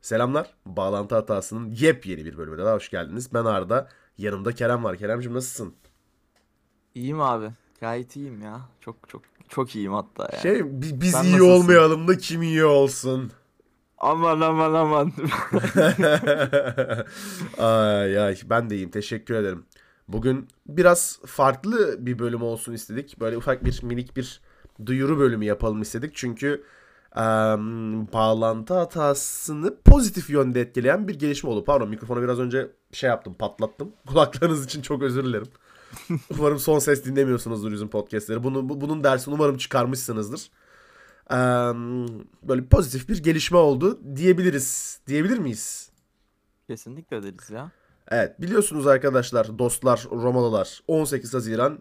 Selamlar. Bağlantı hatasının yepyeni bir bölümüne daha hoş geldiniz. Ben Arda. Yanımda Kerem var. Keremcim nasılsın? İyiyim abi. Gayet iyiyim ya. Çok çok çok iyiyim hatta yani. Biz Sen iyi nasılsın? olmayalım da kim iyi olsun? Aman aman aman. Ay ay ben de iyiyim. Teşekkür ederim. Bugün biraz farklı bir bölüm olsun istedik. Böyle ufak bir minik bir duyuru bölümü yapalım istedik. Çünkü bağlantı hatasını pozitif yönde etkileyen bir gelişme oldu. Pardon mikrofonu biraz önce şey yaptım patlattım. Kulaklarınız için çok özür dilerim. Umarım son ses dinlemiyorsunuzdur yüzün podcastleri. Bunun dersini umarım çıkarmışsınızdır. Eee, Böyle pozitif bir gelişme oldu diyebiliriz. Diyebilir miyiz? Kesinlikle deriz ya. Evet biliyorsunuz arkadaşlar, dostlar, Romalılar 18 Haziran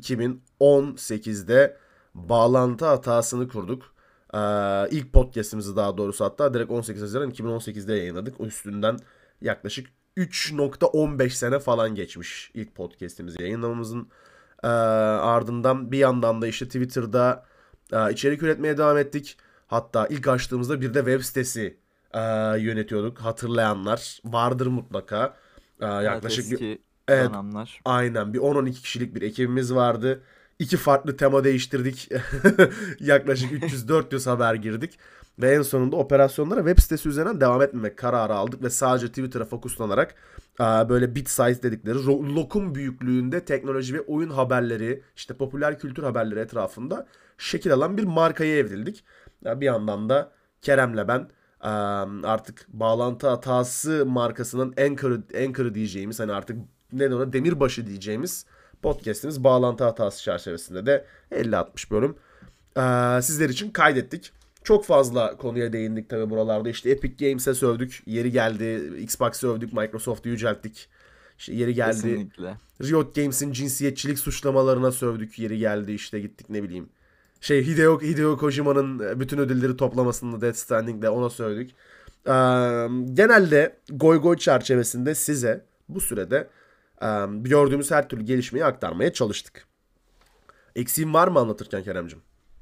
2018'de bağlantı hatasını kurduk. İlk podcast'imizi daha doğrusu hatta direkt 18 Haziran 2018'de yayınladık. O üstünden yaklaşık 3.15 sene falan geçmiş ilk podcast'imizi yayınlamamızın ardından bir yandan da işte Twitter'da içerik üretmeye devam ettik. Hatta ilk açtığımızda bir de web sitesi yönetiyorduk. Hatırlayanlar vardır mutlaka. Evet, Yaklaşık bir eski evet dönemler. aynen bir 10-12 kişilik bir ekibimiz vardı. İki farklı tema değiştirdik. Yaklaşık 300-400 haber girdik. Ve en sonunda operasyonlara web sitesi üzerinden devam etmemek kararı aldık. Ve sadece Twitter'a fokuslanarak böyle bit size dedikleri lokum büyüklüğünde teknoloji ve oyun haberleri, işte popüler kültür haberleri etrafında şekil alan bir markaya evrildik. Bir yandan da Kerem'le ben artık bağlantı hatası markasının anchor'ı diyeceğimiz, hani artık ne de ona demirbaşı diyeceğimiz podcast'imiz bağlantı hatası çerçevesinde de 50-60 bölüm sizler için kaydettik. Çok fazla konuya değindik tabi buralarda. İşte Epic Games'e sövdük. Yeri geldi Xbox'ı övdük. Microsoft'u yücelttik. İşte yeri geldi Kesinlikle. Riot Games'in cinsiyetçilik suçlamalarına sövdük. Yeri geldi işte gittik ne bileyim. Hideo Kojima'nın bütün ödülleri toplamasını Death Stranding'de ona sövdük. Ee, Genelde goy goy çerçevesinde size bu sürede gördüğümüz her türlü gelişmeyi aktarmaya çalıştık. Eksiğim var mı anlatırken Keremcim?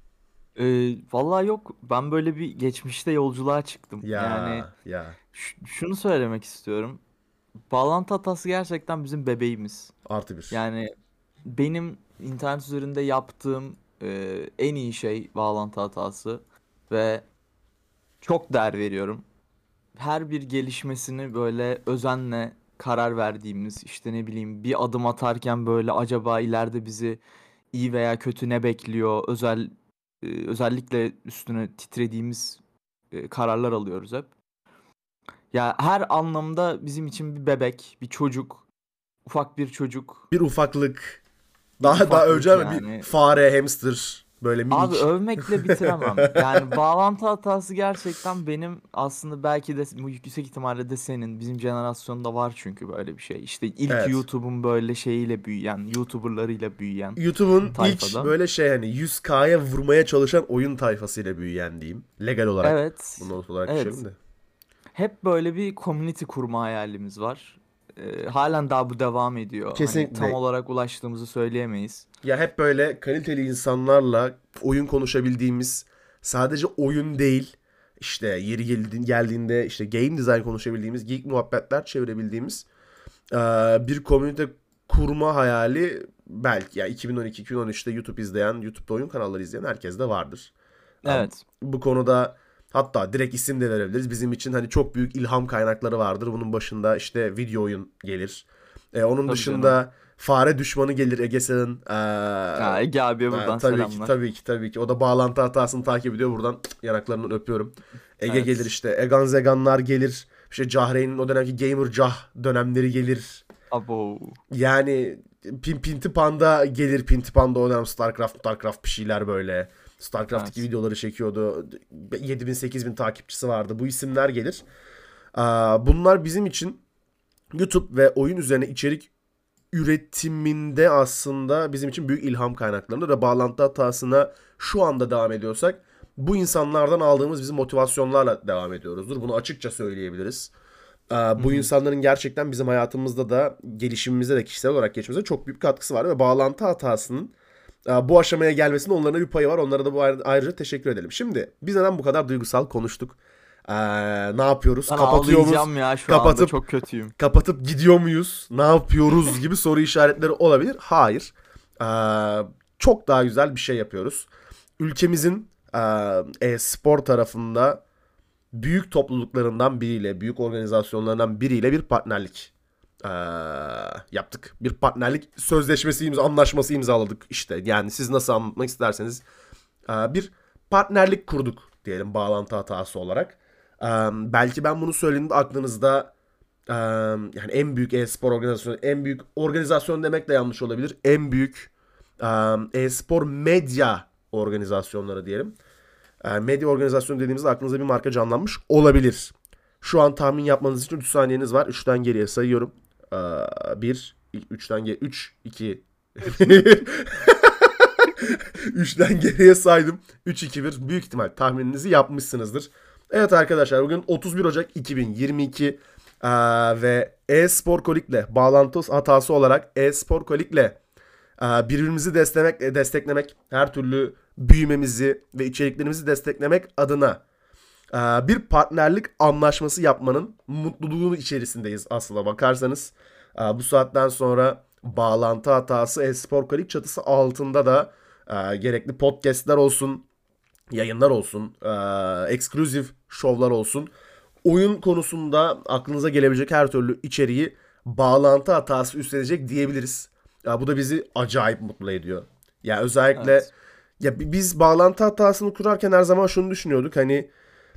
Vallahi yok. Ben böyle bir geçmişte yolculuğa çıktım. Yani Ya ya şunu söylemek istiyorum. Bağlantı hatası gerçekten bizim bebeğimiz. artı bir. Yani benim internet üzerinde yaptığım en iyi şey bağlantı hatası ve çok değer veriyorum. Her bir gelişmesini böyle özenle karar verdiğimiz, işte ne bileyim, bir adım atarken böyle acaba ileride bizi iyi veya kötü ne bekliyor, özellikle üstüne titrediğimiz kararlar alıyoruz hep. Ya her anlamda bizim için bir bebek, bir çocuk, ufak bir çocuk, Bir ufaklık. bir Daha ufaklık önce bir yani. fare, hamster böyle Abi minik. övmekle bitiremem. Yani bağlantı hatası gerçekten benim, aslında belki de bu yüksek ihtimalle de senin, bizim jenerasyonda var çünkü böyle bir şey. İşte ilk Evet. YouTube'un böyle şeyiyle büyüyen, YouTuber'larıyla büyüyen YouTube'un ilk tayfada. böyle şey hani 100K'ya vurmaya çalışan oyun tayfasıyla büyüyen diyeyim. Legal olarak. Evet. Bunu not olarak düşelim Evet. de. Hep böyle bir community kurma hayalimiz var. Halen daha bu devam ediyor. Hani tam Kesinlikle. olarak ulaştığımızı söyleyemeyiz. Ya hep böyle kaliteli insanlarla oyun konuşabildiğimiz, sadece oyun değil, işte geldiğinde işte game design konuşabildiğimiz, geek muhabbetler çevirebildiğimiz bir komünite kurma hayali belki ya 2012-2013'te YouTube izleyen, YouTube'da oyun kanalları izleyen herkes de vardır. Evet. Bu konuda hatta direkt isim de verebiliriz. Bizim için hani çok büyük ilham kaynakları vardır. Bunun başında işte video oyun gelir. Onun Tabii canım. dışında Fare Düşmanı gelir Egesel'in. Ya Ege abiye buradan Tabii ki selamlar. tabii ki tabii ki. O da bağlantı hatasını takip ediyor. Buradan yanaklarından öpüyorum. Ege gelir Evet. işte. Egan Zeganlar gelir. İşte Cahreyn'in o dönemki Gamer Cah dönemleri gelir. Abo. Yani Pinti Panda gelir. Pinti Panda o dönem StarCraft bir şeyler böyle. StarCraft'taki Evet. videoları çekiyordu. 7.000 8.000 takipçisi vardı. Bu isimler gelir. Bunlar bizim için YouTube ve oyun üzerine içerik üretiminde aslında bizim için büyük ilham kaynaklarında ve bağlantı hatasına şu anda devam ediyorsak bu insanlardan aldığımız bizim motivasyonlarla devam ediyoruzdur. Bunu açıkça söyleyebiliriz. Hı Bu hı. insanların gerçekten bizim hayatımızda da gelişimimizde de kişisel olarak geçmemize çok büyük katkısı var ve bağlantı hatasının bu aşamaya gelmesinde onların da bir payı var. Onlara da bu ayrıca teşekkür edelim. Şimdi biz neden bu kadar duygusal konuştuk? Ne yapıyoruz? Ben Kapatıyor muyuz? ağlayacağım ya, şu anda Kapatıp çok kötüyüm. kapatıp gidiyor muyuz? Ne yapıyoruz gibi soru işaretleri olabilir. Hayır. Ee, Çok daha güzel bir şey yapıyoruz. Ülkemizin spor tarafında büyük topluluklarından biriyle, büyük organizasyonlarından biriyle bir partnerlik ee, yaptık. Bir partnerlik sözleşmesi, anlaşması imzaladık işte. Yani siz nasıl anlatmak isterseniz bir partnerlik kurduk diyelim bağlantı hatası olarak. Belki ben bunu söylediğimde aklınızda yani en büyük e-spor organizasyonu, en büyük organizasyon demek de yanlış olabilir. En büyük e-spor medya organizasyonları diyelim. Medya organizasyonu dediğimizde aklınıza bir marka canlanmış olabilir. Şu an tahmin yapmanız için 3 saniyeniz var. 3'ten geriye sayıyorum. 1, 3'ten geri, 3, 2, 3'ten geriye saydım. 3, 2, 1. Büyük ihtimal tahmininizi yapmışsınızdır. Evet arkadaşlar, bugün 31 Ocak 2022 ve e-spor kolikle bağlantı hatası olarak e-spor kolikle birbirimizi desteklemek, her türlü büyümemizi ve içeriklerimizi desteklemek adına bir partnerlik anlaşması yapmanın mutluluğunu içerisindeyiz aslına bakarsanız. Bu saatten sonra bağlantı hatası e-spor kolik çatısı altında da gerekli podcastler olsun, yayınlar olsun, ekskluzif şovlar olsun. Oyun konusunda aklınıza gelebilecek her türlü içeriği bağlantı hatası üstlenecek diyebiliriz. Ya bu da bizi acayip mutlu ediyor. Ya özellikle Evet. biz bağlantı hatasını kurarken her zaman şunu düşünüyorduk. Hani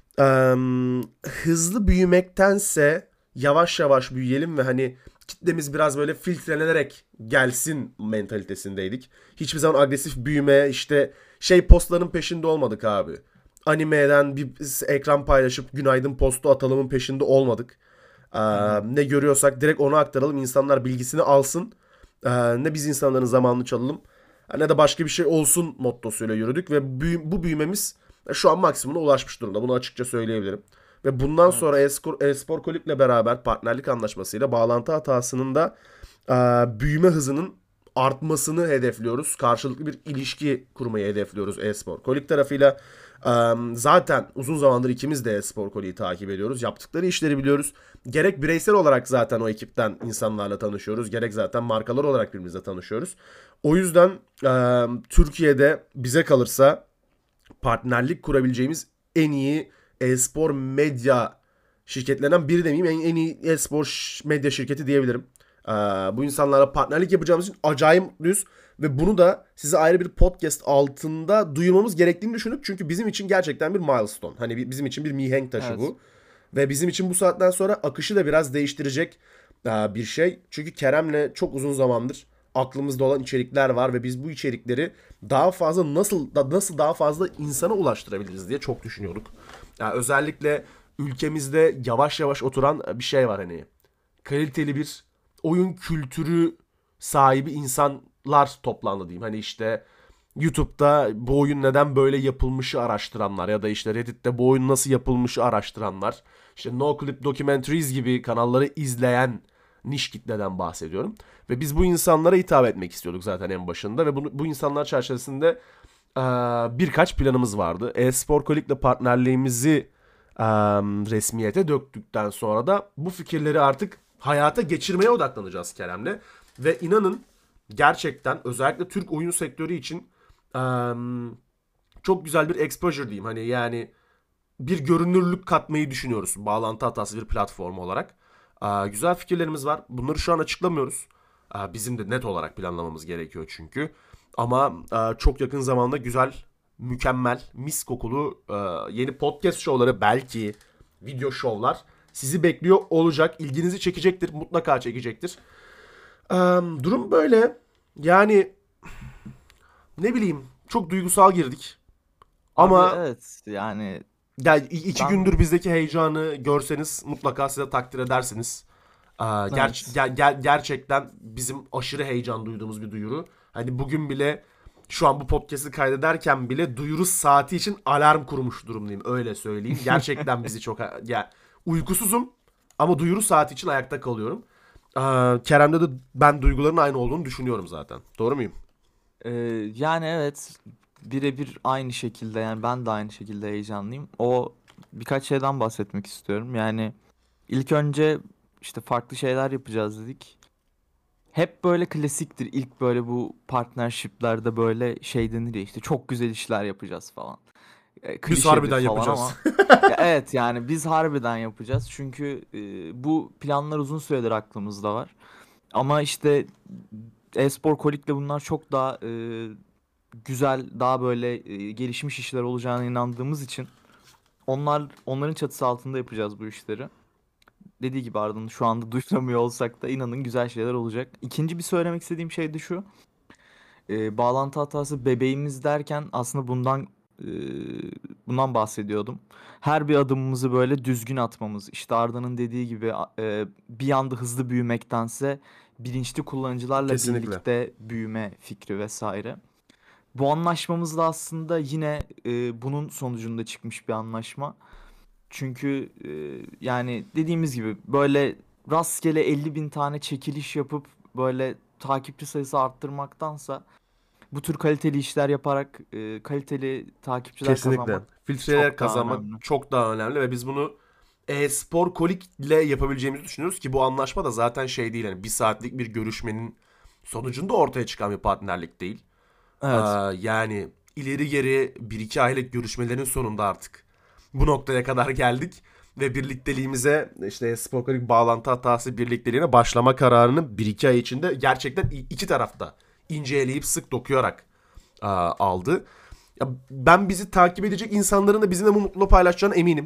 hızlı büyümektense yavaş yavaş büyüyelim ve hani kitlemiz biraz böyle filtrelenerek gelsin mentalitesindeydik. Hiçbir zaman agresif büyüme işte postların peşinde olmadık abi. Animeden bir ekran paylaşıp günaydın postu atalımın peşinde olmadık. Hı hı. Ne görüyorsak direkt onu aktaralım. İnsanlar bilgisini alsın. Ne biz insanların zamanını çalalım ne de başka bir şey olsun mottosuyla yürüdük ve bu büyümemiz şu an maksimuma ulaşmış durumda. Bunu açıkça söyleyebilirim. Ve bundan sonra Evet. e-spor Kulüp'le beraber partnerlik anlaşmasıyla bağlantı hatasının da büyüme hızının artmasını hedefliyoruz. Karşılıklı bir ilişki kurmayı hedefliyoruz e-spor Kulüp tarafıyla. Zaten uzun zamandır ikimiz de e-spor Kulüp'ü takip ediyoruz. Yaptıkları işleri biliyoruz. Gerek bireysel olarak zaten o ekipten insanlarla tanışıyoruz. Gerek zaten markalar olarak birbirimizle tanışıyoruz. O yüzden Türkiye'de bize kalırsa partnerlik kurabileceğimiz en iyi e-spor medya şirketlerinden biri demeyeyim. En iyi e-spor medya şirketi diyebilirim. Bu insanlarla partnerlik yapacağımız için acayip mutluyuz. Ve bunu da size ayrı bir podcast altında duyurmamız gerektiğini düşündük. Çünkü bizim için gerçekten bir milestone. Hani bizim için bir mihenk taşı Evet. bu. Ve bizim için bu saatten sonra akışı da biraz değiştirecek bir şey. Çünkü Kerem'le çok uzun zamandır aklımızda olan içerikler var ve biz bu içerikleri daha fazla nasıl daha fazla insana ulaştırabiliriz diye çok düşünüyorduk. Yani özellikle ülkemizde yavaş yavaş oturan bir şey var hani. Kaliteli bir oyun kültürü sahibi insanlar toplandı diyeyim. Hani işte YouTube'da bu oyun neden böyle yapılmışı araştıranlar ya da işte Reddit'te bu oyun nasıl yapılmışı araştıranlar. İşte No Clip Documentaries gibi kanalları izleyen niş kitleden bahsediyorum. Ve biz bu insanlara hitap etmek istiyorduk zaten en başında ve bu insanlar çerçevesinde birkaç planımız vardı. E-Spor Kolik'le partnerliğimizi resmiyete döktükten sonra da bu fikirleri artık hayata geçirmeye odaklanacağız Kerem'le. Ve inanın gerçekten özellikle Türk oyun sektörü için çok güzel bir exposure diyeyim. Hani yani bir görünürlük katmayı düşünüyoruz. Bağlantı hatası bir platform olarak. Güzel fikirlerimiz var. Bunları şu an açıklamıyoruz. Bizim de net olarak planlamamız gerekiyor çünkü. Ama çok yakın zamanda güzel, mükemmel, mis kokulu yeni podcast şovları belki video şovlar sizi bekliyor olacak. İlginizi çekecektir. Mutlaka çekecektir. Durum böyle. Yani ne bileyim çok duygusal girdik. Abi Ama evet, yani yani 2 gündür ben bizdeki heyecanı görseniz mutlaka size takdir edersiniz. evet. Gerçekten bizim aşırı heyecan duyduğumuz bir duyuru. Hani bugün bile şu an bu podcast'i kaydederken bile duyuru saati için alarm kurmuş durumdayım. Öyle söyleyeyim. Gerçekten bizi çok... Ya, uykusuzum ama duyuru saati için ayakta kalıyorum. Kerem'de de ben duyguların aynı olduğunu düşünüyorum zaten. Doğru muyum? Ee, Yani evet, birebir aynı şekilde, yani ben de aynı şekilde heyecanlıyım. O birkaç şeyden bahsetmek istiyorum. Yani ilk önce işte farklı şeyler yapacağız dedik. Hep böyle klasiktir. İlk böyle bu partnership'lerde böyle şey denir ya, işte çok güzel işler yapacağız falan. Biz Klişedir harbiden falan yapacağız. ama ya evet, yani biz harbiden yapacağız. Çünkü bu planlar uzun süredir aklımızda var. Ama işte e-spor Kolik'le bunlar çok daha güzel, daha böyle gelişmiş işler olacağına inandığımız için onların çatısı altında yapacağız bu işleri. Dediği gibi Arda'nın şu anda duyuramıyor olsak da inanın güzel şeyler olacak. İkinci bir söylemek istediğim şey de şu. Bağlantı hatası bebeğimiz derken aslında e, bundan bahsediyordum. Her bir adımımızı böyle düzgün atmamız. İşte Arda'nın dediği gibi bir anda hızlı büyümektense bilinçli kullanıcılarla Kesinlikle. birlikte büyüme fikri vesaire. Bu anlaşmamız da aslında yine bunun sonucunda çıkmış bir anlaşma. Çünkü yani dediğimiz gibi böyle rastgele 50 bin tane çekiliş yapıp böyle takipçi sayısı arttırmaktansa bu tür kaliteli işler yaparak kaliteli takipçiler Kesinlikle. kazanmak Filtreler çok daha kazanmak önemli. çok daha önemli ve biz bunu e-spor kolik ile yapabileceğimizi düşünüyoruz ki bu anlaşma da zaten şey değil, yani bir saatlik bir görüşmenin sonucunda ortaya çıkan bir partnerlik değil. Evet. Yani ileri geri bir iki aylık görüşmelerin sonunda artık bu noktaya kadar geldik ve birlikteliğimize, işte e-spor kolik bağlantı hatası birlikteliğine başlama kararını bir iki ay içinde gerçekten iki tarafta inceleyip sık dokuyarak aldı. Ya ben bizi takip edecek insanların da bizimle bu mutluluğu paylaşacağına eminim.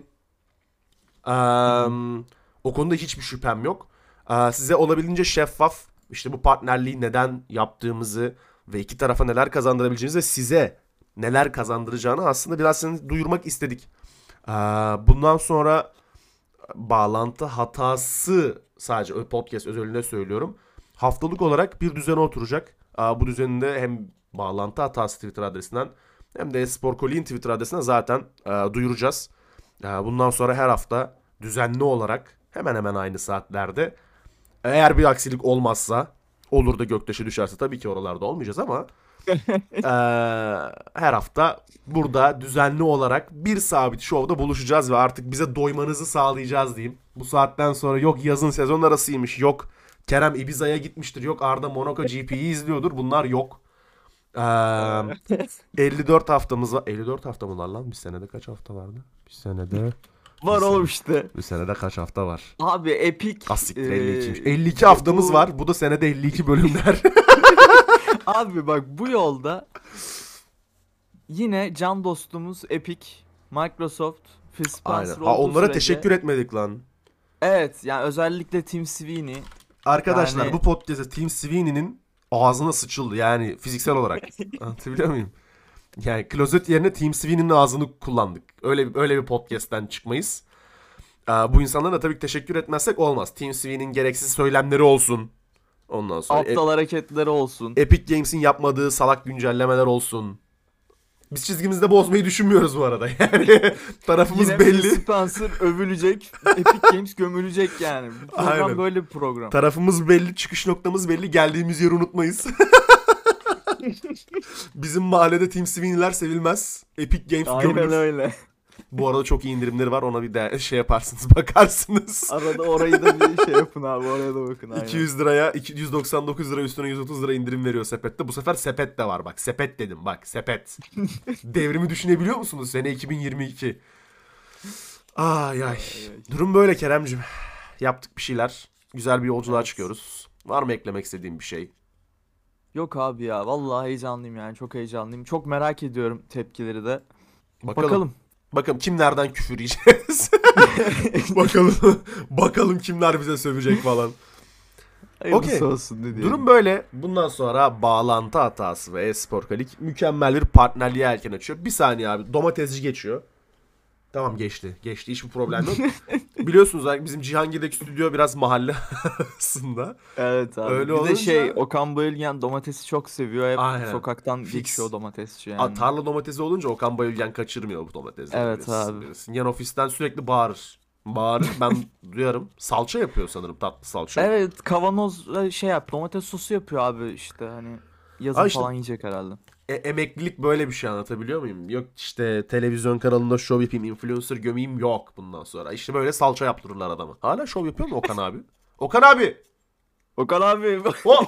Hı hı. O konuda hiçbir şüphem yok. Size olabildiğince şeffaf, işte bu partnerliği neden yaptığımızı ve iki tarafa neler kazandırabileceğimizi ve size neler kazandıracağını aslında biraz seni duyurmak istedik. Bundan sonra bağlantı hatası, sadece podcast özelinde söylüyorum, haftalık olarak bir düzene oturacak. Bu düzeninde hem bağlantı hatası Twitter adresinden hem de Espor Kolik'in Twitter adresinden zaten duyuracağız. Bundan sonra her hafta düzenli olarak hemen hemen aynı saatlerde, eğer bir aksilik olmazsa, olur da göktaşı düşerse tabii ki oralarda olmayacağız ama ee, her hafta burada düzenli olarak bir sabit şovda buluşacağız ve artık bize doymanızı sağlayacağız diyeyim. Bu saatten sonra yok yazın sezon arasıymış, yok Kerem Ibiza'ya gitmiştir, yok Arda Monaco GP'yi izliyordur, bunlar yok. Ee, 54 haftamız var. 54 hafta mı var lan? Bir senede kaç hafta vardı? Bir senede bir, Var sene, oğlum işte. bir senede kaç hafta var? Abi Epic Asiktir 52'ymiş. 52 haftamız bu var. Bu da senede 52 bölümler. abi bak, bu yolda yine can dostumuz Epic, Microsoft, Phil Aynen. Spencer Ha, olduğu onlara sürece teşekkür etmedik lan. evet, yani özellikle Tim Sweeney Arkadaşlar, yani bu podcast'te Tim Sweeney'nin ağzına sıçıldı. Yani fiziksel olarak. Anlatabiliyor muyum? Yani klozet yerine Tim Sweeney'nin ağzını kullandık. Öyle bir podcast'ten çıkmayız. Bu insanlara da tabii ki teşekkür etmezsek olmaz. Tim Sweeney'nin gereksiz söylemleri olsun. Ondan sonra aptal hareketleri olsun. Epic Games'in yapmadığı salak güncellemeler olsun. Biz çizgimizde bozmayı düşünmüyoruz bu arada. Yani tarafımız Yine Phil belli. Spencer övülecek, Epic Games gömülecek yani. Bu program Aynen. böyle bir program. Tarafımız belli, çıkış noktamız belli. Geldiğimiz yeri unutmayız. Bizim mahallede Tim Sweeney'ler sevilmez. Epic Games Aynen gömülür. öyle. Bu arada çok iyi indirimleri var. Ona bir de şey yaparsınız, bakarsınız. Arada orayı da bir şey yapın abi, oraya da bakın aynen. 200 liraya 299 lira üstüne 130 lira indirim veriyor sepette. Bu sefer sepet de var bak. Sepet dedim bak, sepet. Devrimi düşünebiliyor musunuz? Sene 2022. Ay ay. Ay, ay. Durum böyle Keremcim. Yaptık bir şeyler. Güzel bir yolculuğa Evet. çıkıyoruz. Var mı eklemek istediğim bir şey? Yok abi ya, vallahi heyecanlıyım yani, çok heyecanlıyım. Çok merak ediyorum tepkileri de. Bakalım. Bakalım. Bakalım kimlerden küfür yiyeceğiz. Bakalım. Bakalım kimler bize sövecek falan. Okey. Hayırlısı olsun ne diyelim. Durum böyle. Bundan sonra bağlantı hatası ve e-spor kalik mükemmel bir partnerliğe erken açıyor. Bir saniye abi. Domatesci geçiyor. Tamam, geçti. Geçti. Hiçbir problem yok. Biliyorsunuz bizim Cihangir'deki stüdyo biraz mahalle arasında. Evet abi. Öyle Bir de şey, olunca Okan Bayülgen domatesi çok seviyor. Hep aynen. sokaktan Fix. geçiyor domatesçi yani. Tarla domatesi olunca Okan Bayülgen kaçırmıyor bu domatesleri. Evet abi. Bilirsin. Yan ofisten sürekli bağırır. Bağırır. Ben duyarım. Salça yapıyor sanırım. Tatlı salça. Evet, kavanoz şey yap, domates sosu yapıyor abi işte, hani Ha yazın işte falan yiyecek herhalde. emeklilik böyle bir şey, anlatabiliyor muyum? Yok işte televizyon kanalında şov yapayım, influencer gömeyim, yok bundan sonra. İşte böyle salça yaptırırlar adamı. Hala şov yapıyor mu Okan abi? Okan abi! Okan abi. O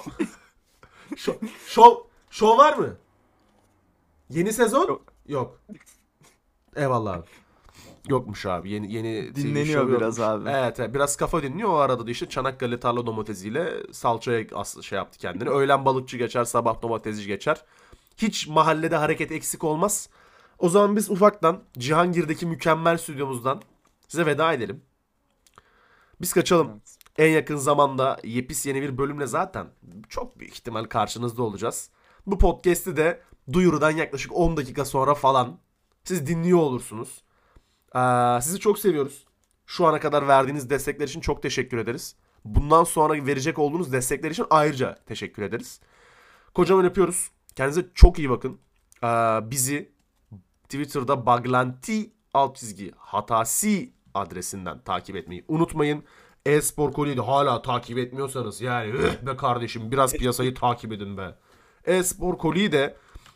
şov var mı? Yeni sezon? Yok, Yok. Eyvallah abi. Yokmuş abi. Yeni TV dinleniyor show biraz yokmuş. abi. Evet, evet, biraz kafa dinliyor. O arada da işte Çanakkale tarla domatesiyle salçaya şey yaptı kendini. Öğlen balıkçı geçer, sabah domatesci geçer. Hiç mahallede hareket eksik olmaz. O zaman biz ufaktan Cihangir'deki mükemmel stüdyomuzdan size veda edelim. Biz kaçalım. Evet. En yakın zamanda yepyeni bir bölümle zaten çok büyük ihtimal karşınızda olacağız. Bu podcast'i de duyurudan yaklaşık 10 dakika sonra falan siz dinliyor olursunuz. Sizi çok seviyoruz. Şu ana kadar verdiğiniz destekler için çok teşekkür ederiz. Bundan sonra verecek olduğunuz destekler için ayrıca teşekkür ederiz. Kocaman öpüyoruz. Kendinize çok iyi bakın. Bizi Twitter'da Baglanti Hatasi adresinden takip etmeyi unutmayın. Espor Koli'yi de hala takip etmiyorsanız yani be kardeşim, biraz piyasayı takip edin be. Espor Koli'yi de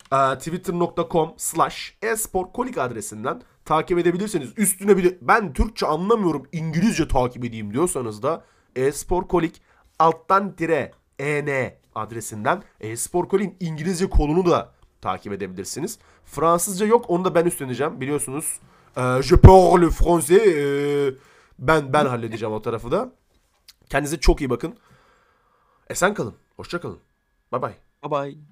twitter.com/esporkolik adresinden takip edebilirsiniz. Üstüne bir de ben Türkçe anlamıyorum, İngilizce takip edeyim diyorsanız da esporkolik alttan tire en adresinden esporkolik'in İngilizce kolunu da takip edebilirsiniz. Fransızca yok, onu da ben üstleneceğim biliyorsunuz. Je parle français. Ben halledeceğim o tarafı da. Kendinize çok iyi bakın. Esen kalın. Hoşça kalın. Bay bay. Bye bye.